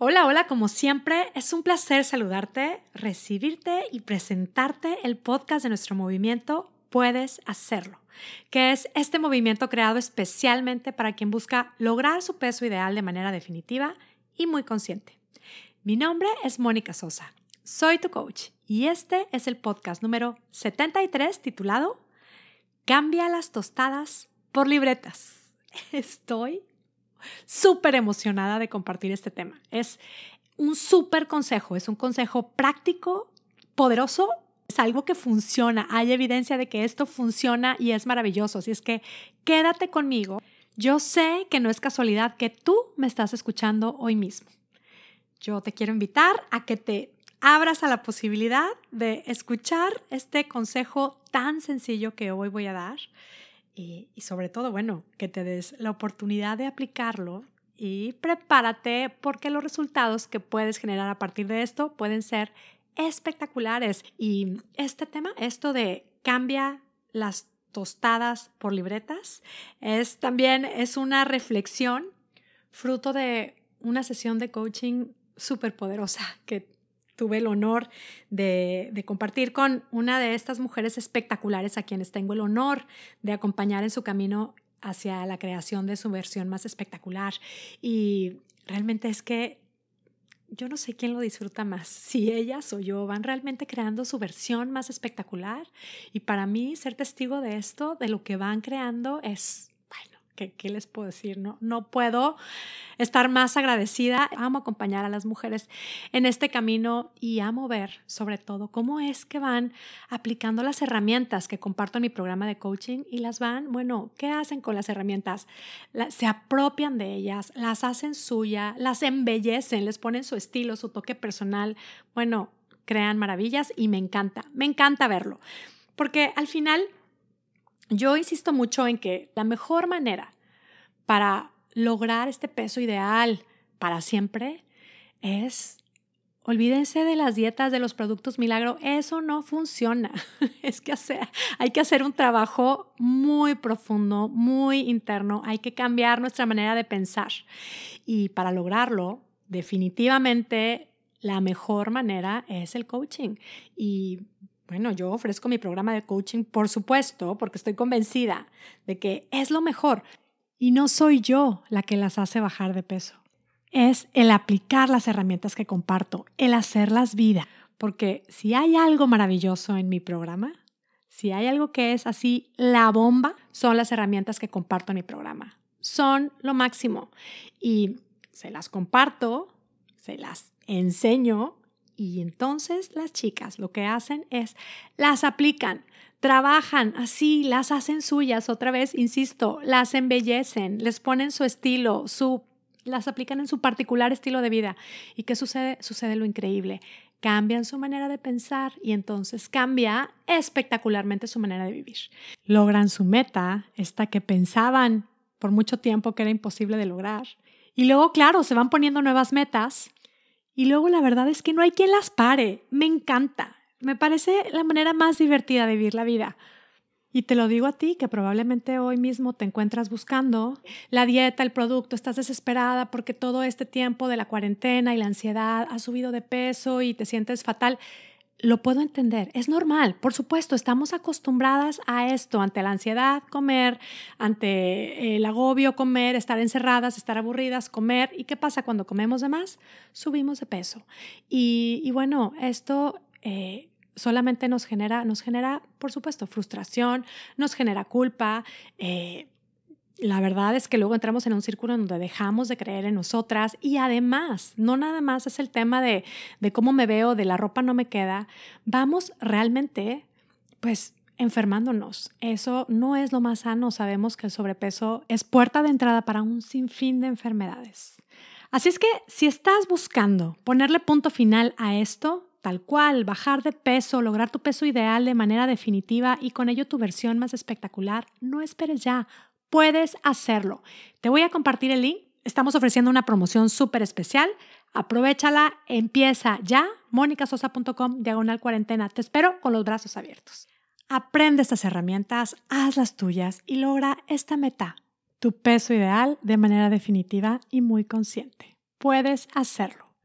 Hola, hola, como siempre, es un placer saludarte, recibirte y presentarte el podcast de nuestro movimiento Puedes Hacerlo, que es este movimiento creado especialmente para quien busca lograr su peso ideal de manera definitiva y muy consciente. Mi nombre es Mónica Sosa, soy tu coach y este es el podcast número 73 titulado Cambia las tostadas por libretas. Estoy súper emocionada de compartir este tema. Es un súper consejo, es un consejo práctico, poderoso, es algo que funciona. Hay evidencia de que esto funciona y es maravilloso. Así es que quédate conmigo. Yo sé que no es casualidad que tú me estás escuchando hoy mismo. Yo te quiero invitar a que te abras a la posibilidad de escuchar este consejo tan sencillo que hoy voy a dar. Y sobre todo, bueno, que te des la oportunidad de aplicarlo y prepárate porque los resultados que puedes generar a partir de esto pueden ser espectaculares. Y este tema, esto de cambia las tostadas por libretas, también es una reflexión fruto de una sesión de coaching súper poderosa que tuve el honor de compartir con una de estas mujeres espectaculares a quienes tengo el honor de acompañar en su camino hacia la creación de su versión más espectacular. Y realmente es que yo no sé quién lo disfruta más, si ellas o yo, van realmente creando su versión más espectacular. Y para mí ser testigo de esto, de lo que van creando es... ¿Qué les puedo decir? No puedo estar más agradecida. Amo acompañar a las mujeres en este camino y amo ver, sobre todo, cómo es que van aplicando las herramientas que comparto en mi programa de coaching y las van, ¿qué hacen con las herramientas? Se apropian de ellas, las hacen suya, las embellecen, les ponen su estilo, su toque personal. Crean maravillas y me encanta verlo. Porque al final... yo insisto mucho en que la mejor manera para lograr este peso ideal para siempre es, olvídense de las dietas, de los productos milagro, eso no funciona. Es que hay que hacer un trabajo muy profundo, muy interno, hay que cambiar nuestra manera de pensar. Y para lograrlo, definitivamente la mejor manera es el coaching. Y yo ofrezco mi programa de coaching, por supuesto, porque estoy convencida de que es lo mejor. Y no soy yo la que las hace bajar de peso. Es el aplicar las herramientas que comparto, el hacerlas vida. Porque si hay algo maravilloso en mi programa, si hay algo que es así la bomba, son las herramientas que comparto en mi programa. Son lo máximo. Y se las comparto, se las enseño. Y entonces las chicas lo que hacen es las aplican, trabajan así, las hacen suyas, otra vez, insisto, las embellecen, les ponen su estilo, las aplican en su particular estilo de vida. ¿Y qué sucede? Sucede lo increíble. Cambian su manera de pensar y entonces cambia espectacularmente su manera de vivir. Logran su meta, esta que pensaban por mucho tiempo que era imposible de lograr. Y luego, claro, se van poniendo nuevas metas. Y luego la verdad es que no hay quien las pare. Me encanta. Me parece la manera más divertida de vivir la vida. Y te lo digo a ti, que probablemente hoy mismo te encuentras buscando la dieta, el producto, estás desesperada porque todo este tiempo de la cuarentena y la ansiedad has subido de peso y te sientes fatal. Lo puedo entender, es normal, por supuesto, estamos acostumbradas a esto, ante la ansiedad, comer, ante el agobio, comer, estar encerradas, estar aburridas, comer. ¿Y qué pasa cuando comemos de más? Subimos de peso. Y esto solamente nos genera, por supuesto, frustración, nos genera culpa. La verdad es que luego entramos en un círculo donde dejamos de creer en nosotras y además, no nada más es el tema de cómo me veo, de la ropa no me queda, vamos realmente enfermándonos. Eso no es lo más sano. Sabemos que el sobrepeso es puerta de entrada para un sinfín de enfermedades. Así es que si estás buscando ponerle punto final a esto, tal cual, bajar de peso, lograr tu peso ideal de manera definitiva y con ello tu versión más espectacular, no esperes ya. Puedes hacerlo. Te voy a compartir el link. Estamos ofreciendo una promoción súper especial. Aprovéchala, empieza ya. monicasosa.com/cuarentena. Te espero con los brazos abiertos. Aprende estas herramientas, hazlas tuyas y logra esta meta, tu peso ideal de manera definitiva y muy consciente. Puedes hacerlo.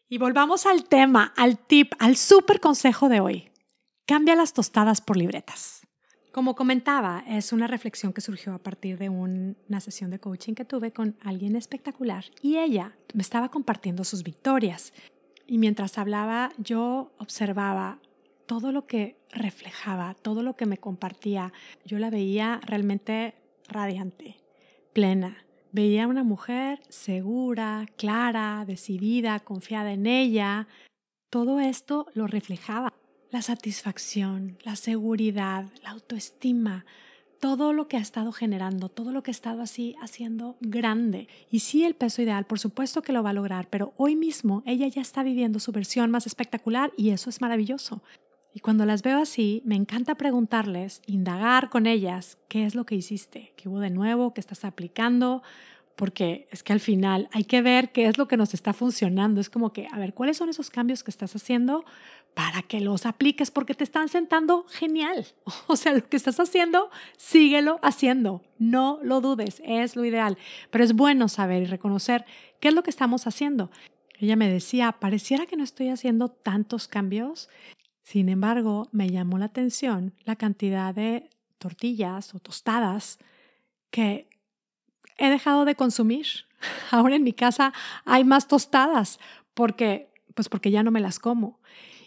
Y volvamos al tema, al tip, al súper consejo de hoy. Cambia las tostadas por libretas. Como comentaba, es una reflexión que surgió a partir de una sesión de coaching que tuve con alguien espectacular y ella me estaba compartiendo sus victorias. Y mientras hablaba, yo observaba todo lo que reflejaba, todo lo que me compartía. Yo la veía realmente radiante, plena. Veía a una mujer segura, clara, decidida, confiada en ella. Todo esto lo reflejaba. La satisfacción, la seguridad, la autoestima, todo lo que ha estado generando, todo lo que ha estado así haciendo grande. Y sí, el peso ideal, por supuesto que lo va a lograr, pero hoy mismo ella ya está viviendo su versión más espectacular y eso es maravilloso. Y cuando las veo así, me encanta preguntarles, indagar con ellas, ¿qué es lo que hiciste? ¿Qué hubo de nuevo? ¿Qué estás aplicando? Porque es que al final hay que ver qué es lo que nos está funcionando. Es como que, a ver, ¿cuáles son esos cambios que estás haciendo para que los apliques? Porque te están sentando genial. O sea, lo que estás haciendo, síguelo haciendo. No lo dudes, es lo ideal. Pero es bueno saber y reconocer qué es lo que estamos haciendo. Ella me decía, pareciera que no estoy haciendo tantos cambios. Sin embargo, me llamó la atención la cantidad de tortillas o tostadas que he dejado de consumir. Ahora en mi casa hay más tostadas porque ya no me las como.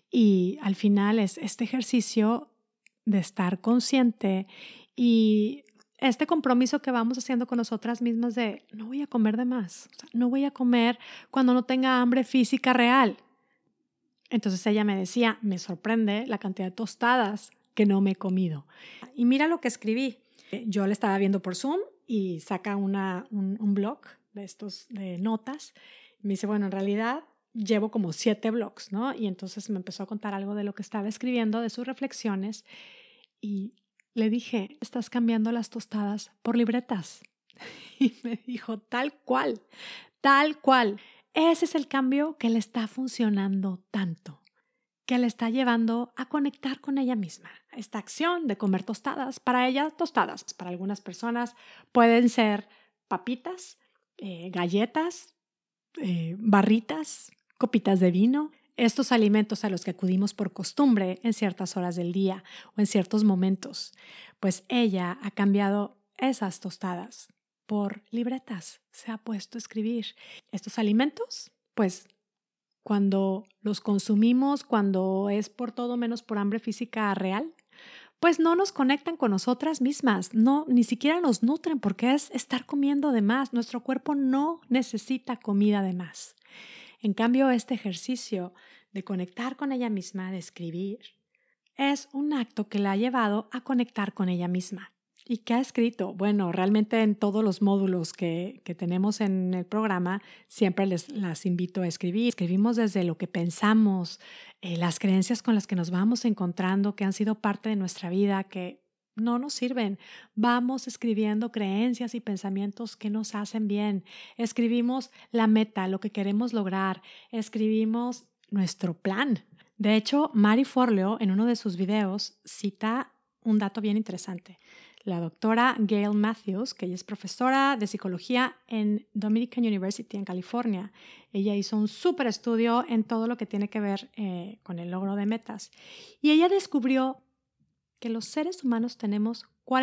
Y al final es este ejercicio de estar consciente y este compromiso que vamos haciendo con nosotras mismas de no voy a comer de más, o sea, no voy a comer cuando no tenga hambre física real. Entonces ella me decía, me sorprende la cantidad de tostadas que no me he comido. Y mira lo que escribí. Yo le estaba viendo por Zoom y saca un blog de estos de notas. Me dice, bueno, en realidad llevo como 7 blogs, ¿no? Y entonces me empezó a contar algo de lo que estaba escribiendo, de sus reflexiones. Y le dije, estás cambiando las tostadas por libretas. Y me dijo, tal cual, tal cual. Ese es el cambio que le está funcionando tanto, que le está llevando a conectar con ella misma. Esta acción de comer tostadas, para ella tostadas, para algunas personas pueden ser papitas, galletas, barritas, copitas de vino, estos alimentos a los que acudimos por costumbre en ciertas horas del día o en ciertos momentos. Pues ella ha cambiado esas tostadas por libretas, se ha puesto a escribir. Estos alimentos, pues cuando los consumimos, cuando es por todo menos por hambre física real, pues no nos conectan con nosotras mismas, no, ni siquiera nos nutren porque es estar comiendo de más. Nuestro cuerpo no necesita comida de más. En cambio, este ejercicio de conectar con ella misma, de escribir, es un acto que la ha llevado a conectar con ella misma. ¿Y qué ha escrito? Bueno, realmente en todos los módulos que tenemos en el programa siempre las invito a escribir. Escribimos desde lo que pensamos, las creencias con las que nos vamos encontrando, que han sido parte de nuestra vida, que no nos sirven. Vamos escribiendo creencias y pensamientos que nos hacen bien. Escribimos la meta, lo que queremos lograr. Escribimos nuestro plan. De hecho, Mary Forleo en uno de sus videos cita un dato bien interesante. La doctora Gail Matthews, que ella es profesora de psicología en Dominican University en California, ella hizo un súper estudio en todo lo que tiene que ver con el logro de metas. Y ella descubrió que los seres humanos tenemos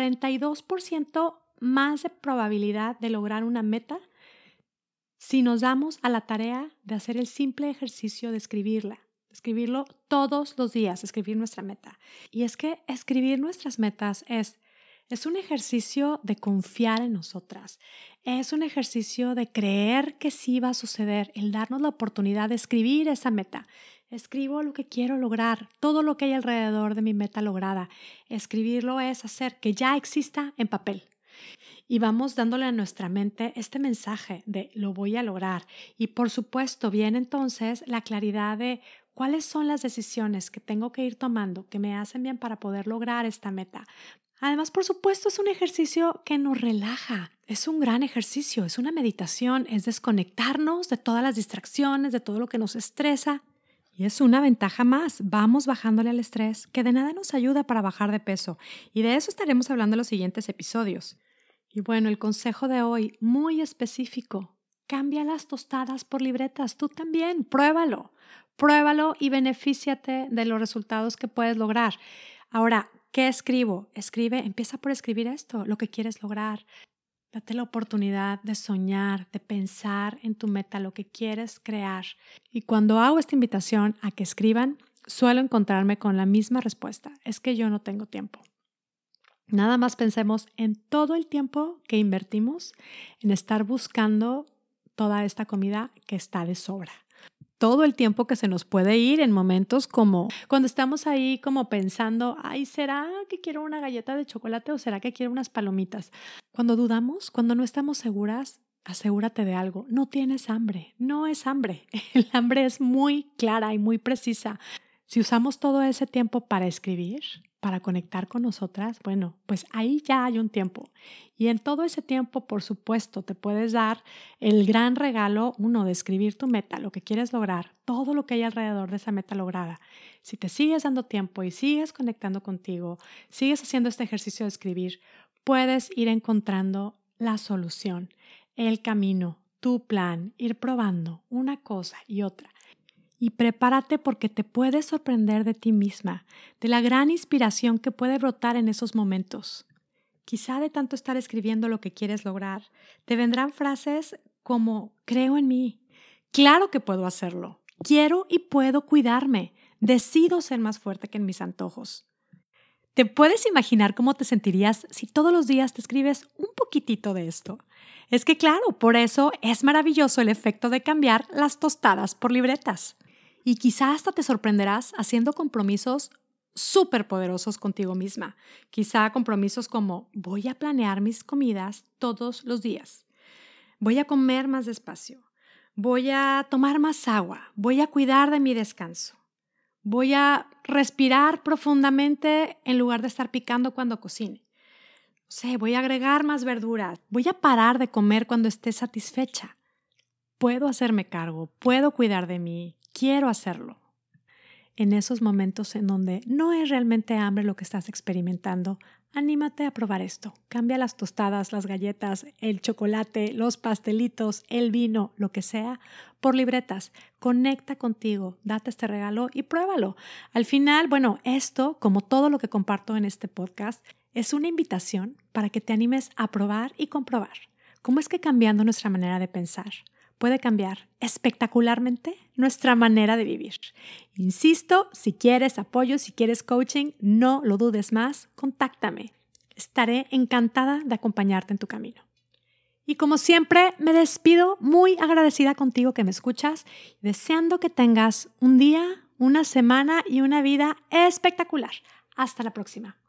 42% más de probabilidad de lograr una meta si nos damos a la tarea de hacer el simple ejercicio de escribirla. Escribirlo todos los días, escribir nuestra meta. Y es que escribir nuestras metas es un ejercicio de confiar en nosotras, es un ejercicio de creer que sí va a suceder, el darnos la oportunidad de escribir esa meta. Escribo lo que quiero lograr, todo lo que hay alrededor de mi meta lograda. Escribirlo es hacer que ya exista en papel. Y vamos dándole a nuestra mente este mensaje de lo voy a lograr. Y por supuesto viene entonces la claridad de cuáles son las decisiones que tengo que ir tomando que me hacen bien para poder lograr esta meta. Además, por supuesto, es un ejercicio que nos relaja, es un gran ejercicio, es una meditación, es desconectarnos de todas las distracciones, de todo lo que nos estresa. Y es una ventaja más, vamos bajándole al estrés, que de nada nos ayuda para bajar de peso. Y de eso estaremos hablando en los siguientes episodios. Y bueno, el consejo de hoy, muy específico, Cambia las tostadas por libretas. Tú también, pruébalo. Pruébalo y benefíciate de los resultados que puedes lograr. Ahora, ¿qué escribo? Empieza por escribir esto, lo que quieres lograr. Date la oportunidad de soñar, de pensar en tu meta, lo que quieres crear. Y cuando hago esta invitación a que escriban, suelo encontrarme con la misma respuesta. Es que yo no tengo tiempo. Nada más pensemos en todo el tiempo que invertimos en estar buscando toda esta comida que está de sobra. Todo el tiempo que se nos puede ir en momentos como cuando estamos ahí como pensando, ay, ¿será que quiero una galleta de chocolate o será que quiero unas palomitas? Cuando dudamos, cuando no estamos seguras, asegúrate de algo. No tienes hambre, no es hambre. El hambre es muy clara y muy precisa. Si usamos todo ese tiempo para escribir, para conectar con nosotras, bueno, pues ahí ya hay un tiempo. Y en todo ese tiempo, por supuesto, te puedes dar el gran regalo, de escribir tu meta, lo que quieres lograr, todo lo que hay alrededor de esa meta lograda. Si te sigues dando tiempo y sigues conectando contigo, sigues haciendo este ejercicio de escribir, puedes ir encontrando la solución, el camino, tu plan, ir probando una cosa y otra. Y prepárate porque te puedes sorprender de ti misma, de la gran inspiración que puede brotar en esos momentos. Quizá de tanto estar escribiendo lo que quieres lograr, te vendrán frases como creo en mí, claro que puedo hacerlo, quiero y puedo cuidarme, decido ser más fuerte que en mis antojos. ¿Te puedes imaginar cómo te sentirías si todos los días te escribes un poquitito de esto? Es que claro, por eso es maravilloso el efecto de cambiar las tostadas por libretas. Y quizá hasta te sorprenderás haciendo compromisos súper poderosos contigo misma. Quizá compromisos como voy a planear mis comidas todos los días. Voy a comer más despacio. Voy a tomar más agua. Voy a cuidar de mi descanso. Voy a respirar profundamente en lugar de estar picando cuando cocine. Voy a agregar más verduras. Voy a parar de comer cuando esté satisfecha. Puedo hacerme cargo. Puedo cuidar de mí. Quiero hacerlo. En esos momentos en donde no es realmente hambre lo que estás experimentando, anímate a probar esto. Cambia las tostadas, las galletas, el chocolate, los pastelitos, el vino, lo que sea, por libretas. Conecta contigo, date este regalo y pruébalo. Al final, esto, como todo lo que comparto en este podcast, es una invitación para que te animes a probar y comprobar cómo es que cambiando nuestra manera de pensar puede cambiar espectacularmente nuestra manera de vivir. Insisto, si quieres apoyo, si quieres coaching, no lo dudes más, contáctame. Estaré encantada de acompañarte en tu camino. Y como siempre, me despido muy agradecida contigo que me escuchas, deseando que tengas un día, una semana y una vida espectacular. Hasta la próxima.